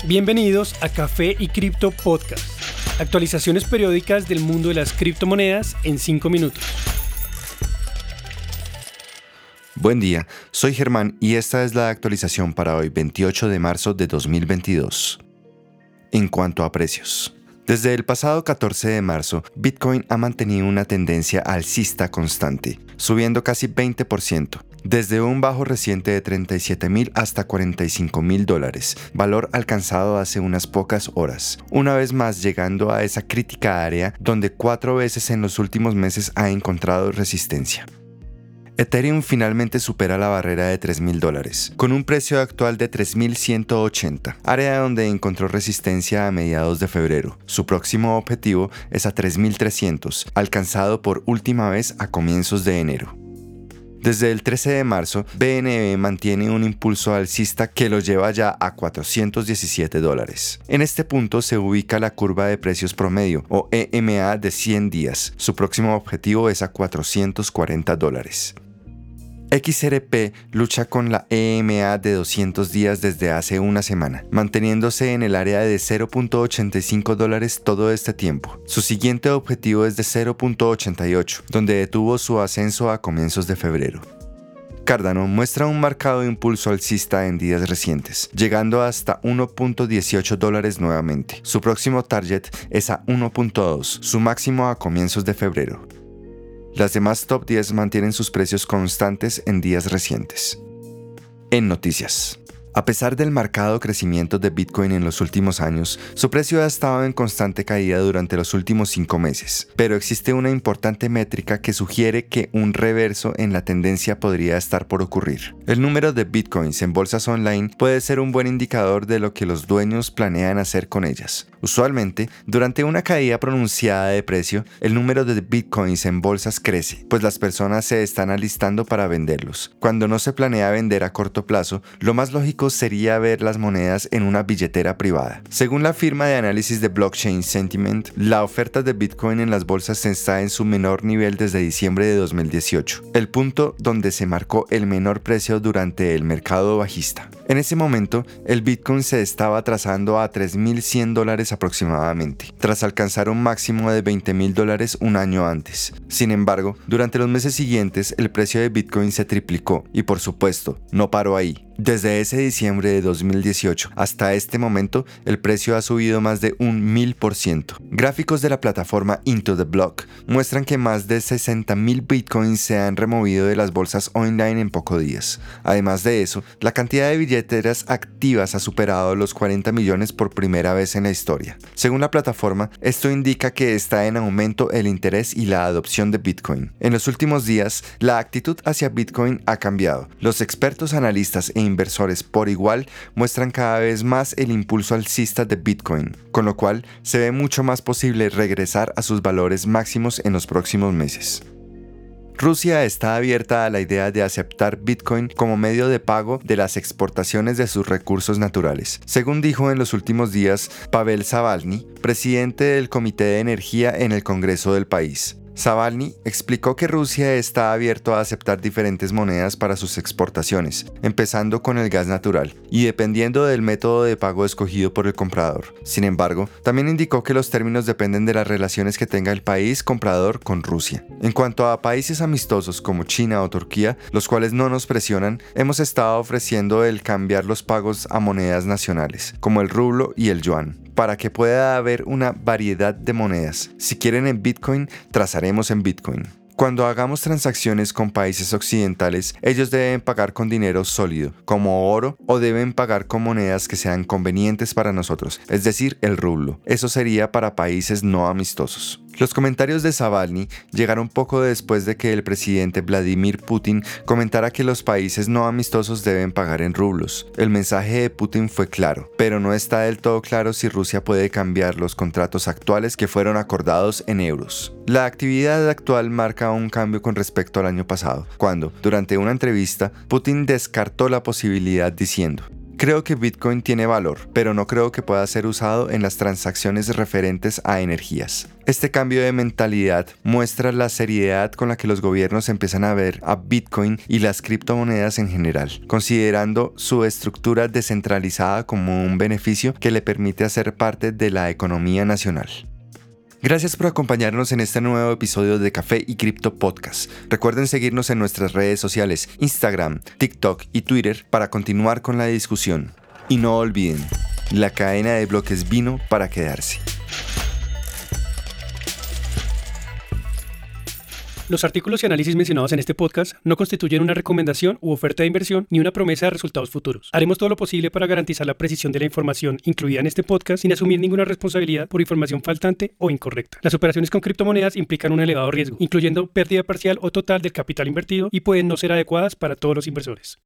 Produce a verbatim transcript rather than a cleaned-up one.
Bienvenidos a Café y Cripto Podcast. Actualizaciones periódicas del mundo de las criptomonedas en cinco minutos. Buen día, soy Germán y esta es la actualización para hoy, veintiocho de marzo de dos mil veintidós. En cuanto a precios. Desde el pasado catorce de marzo, Bitcoin ha mantenido una tendencia alcista constante, subiendo casi veinte por ciento, desde un bajo reciente de treinta y siete mil hasta cuarenta y cinco mil dólares, valor alcanzado hace unas pocas horas, una vez más llegando a esa crítica área donde cuatro veces en los últimos meses ha encontrado resistencia. Ethereum finalmente supera la barrera de tres mil dólares, con un precio actual de tres mil ciento ochenta, área donde encontró resistencia a mediados de febrero. Su próximo objetivo es a tres mil trescientos, alcanzado por última vez a comienzos de enero. Desde el trece de marzo, B N B mantiene un impulso alcista que lo lleva ya a cuatrocientos diecisiete dólares. En este punto se ubica la curva de precios promedio, o E M A de cien días. Su próximo objetivo es a cuatrocientos cuarenta dólares. X R P lucha con la E M A de doscientos días desde hace una semana, manteniéndose en el área de cero punto ochenta y cinco dólares todo este tiempo. Su siguiente objetivo es de cero punto ochenta y ocho, donde detuvo su ascenso a comienzos de febrero. Cardano muestra un marcado impulso alcista en días recientes, llegando hasta uno punto dieciocho dólares nuevamente. Su próximo target es a uno punto dos, su máximo a comienzos de febrero. Las demás top diez mantienen sus precios constantes en días recientes. En noticias. A pesar del marcado crecimiento de Bitcoin en los últimos años, su precio ha estado en constante caída durante los últimos cinco meses, pero existe una importante métrica que sugiere que un reverso en la tendencia podría estar por ocurrir. El número de Bitcoins en bolsas online puede ser un buen indicador de lo que los dueños planean hacer con ellas. Usualmente, durante una caída pronunciada de precio, el número de Bitcoins en bolsas crece, pues las personas se están alistando para venderlos. Cuando no se planea vender a corto plazo, lo más lógico sería ver las monedas en una billetera privada. Según la firma de análisis de blockchain Sentiment, la oferta de Bitcoin en las bolsas está en su menor nivel desde diciembre de dos mil dieciocho, el punto donde se marcó el menor precio durante el mercado bajista. En ese momento, el Bitcoin se estaba trazando a tres mil cien dólares aproximadamente, tras alcanzar un máximo de veinte mil dólares un año antes. Sin embargo, durante los meses siguientes, el precio de Bitcoin se triplicó y, por supuesto, no paró ahí. Desde ese diciembre de dos mil dieciocho hasta este momento, el precio ha subido más de un mil por ciento. Gráficos de la plataforma Into the Block muestran que más de sesenta mil bitcoins se han removido de las bolsas online en pocos días. Además de eso, la cantidad de billeteras activas ha superado los cuarenta millones por primera vez en la historia. Según la plataforma, esto indica que está en aumento el interés y la adopción de Bitcoin. En los últimos días, la actitud hacia Bitcoin ha cambiado. Los expertos analistas e inversores por igual muestran cada vez más el impulso alcista de Bitcoin, con lo cual se ve mucho más posible regresar a sus valores máximos en los próximos meses. Rusia está abierta a la idea de aceptar Bitcoin como medio de pago de las exportaciones de sus recursos naturales, según dijo en los últimos días Pavel Zavalny, presidente del Comité de Energía en el Congreso del país. Zavalny explicó que Rusia está abierto a aceptar diferentes monedas para sus exportaciones, empezando con el gas natural, y dependiendo del método de pago escogido por el comprador. Sin embargo, también indicó que los términos dependen de las relaciones que tenga el país comprador con Rusia. En cuanto a países amistosos como China o Turquía, los cuales no nos presionan, hemos estado ofreciendo el cambiar los pagos a monedas nacionales, como el rublo y el yuan, para que pueda haber una variedad de monedas. Si quieren en Bitcoin, trazaremos en Bitcoin. Cuando hagamos transacciones con países occidentales, ellos deben pagar con dinero sólido, como oro, o deben pagar con monedas que sean convenientes para nosotros, es decir, el rublo. Eso sería para países no amistosos. Los comentarios de Zavalny llegaron poco después de que el presidente Vladimir Putin comentara que los países no amistosos deben pagar en rublos. El mensaje de Putin fue claro, pero no está del todo claro si Rusia puede cambiar los contratos actuales que fueron acordados en euros. La actividad actual marca un cambio con respecto al año pasado, cuando, durante una entrevista, Putin descartó la posibilidad diciendo: Creo que Bitcoin tiene valor, pero no creo que pueda ser usado en las transacciones referentes a energías. Este cambio de mentalidad muestra la seriedad con la que los gobiernos empiezan a ver a Bitcoin y las criptomonedas en general, considerando su estructura descentralizada como un beneficio que le permite hacer parte de la economía nacional. Gracias por acompañarnos en este nuevo episodio de Café y Cripto Podcast. Recuerden seguirnos en nuestras redes sociales, Instagram, TikTok y Twitter para continuar con la discusión. Y no olviden, la cadena de bloques vino para quedarse. Los artículos y análisis mencionados en este podcast no constituyen una recomendación u oferta de inversión ni una promesa de resultados futuros. Haremos todo lo posible para garantizar la precisión de la información incluida en este podcast sin asumir ninguna responsabilidad por información faltante o incorrecta. Las operaciones con criptomonedas implican un elevado riesgo, incluyendo pérdida parcial o total del capital invertido y pueden no ser adecuadas para todos los inversores.